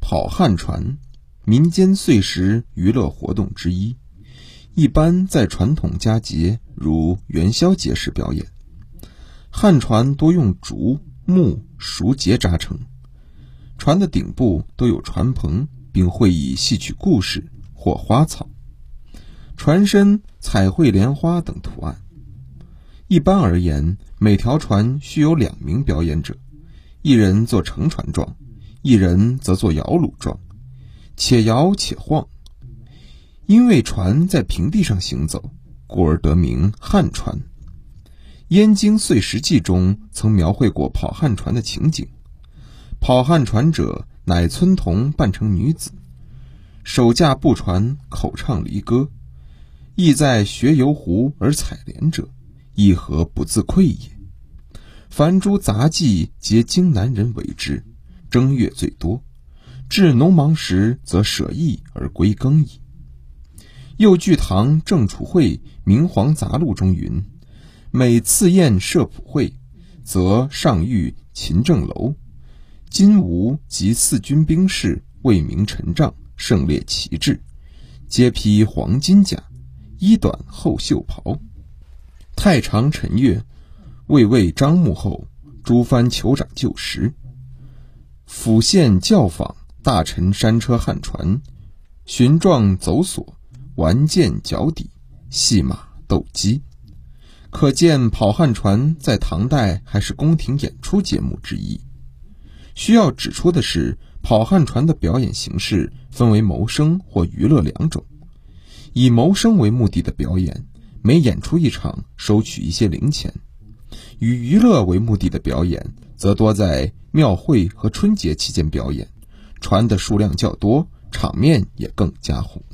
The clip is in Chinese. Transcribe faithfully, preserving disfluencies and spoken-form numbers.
跑旱船，民间岁时娱乐活动之一，一般在传统佳节如元宵节时表演。旱船多用竹、木、熟结扎成，船的顶部都有船篷，并绘以戏曲故事或花草，船身彩绘莲花等图案。一般而言，每条船须有两名表演者，一人做乘船状，一人则做摇橹状，且摇且晃。因为船在平地上行走，故而得名旱船。燕京岁时记中曾描绘过跑旱船的情景，跑旱船者乃村童扮成女子，手驾步船，口唱离歌，意在学游湖而采莲者，亦何不自愧也。凡诸杂技皆经南人为之，正月最多，至农忙时则舍役而归耕矣。又据唐郑楚会明皇杂录中云，每次宴设普会，则上御勤政楼，金吾及四军兵士为名陈帐，盛列旗帜，皆披黄金甲，衣短厚袖袍。太常陈月，卫尉张穆后，诸藩酋长就食。府县教坊，大臣山车旱船，巡撞走索，玩剑脚底，戏马斗鸡。可见跑旱船在唐代还是宫廷演出节目之一。需要指出的是，跑旱船的表演形式分为谋生或娱乐两种。以谋生为目的的表演，每演出一场收取一些零钱；以娱乐为目的的表演，则多在庙会和春节期间表演，船的数量较多，场面也更加宏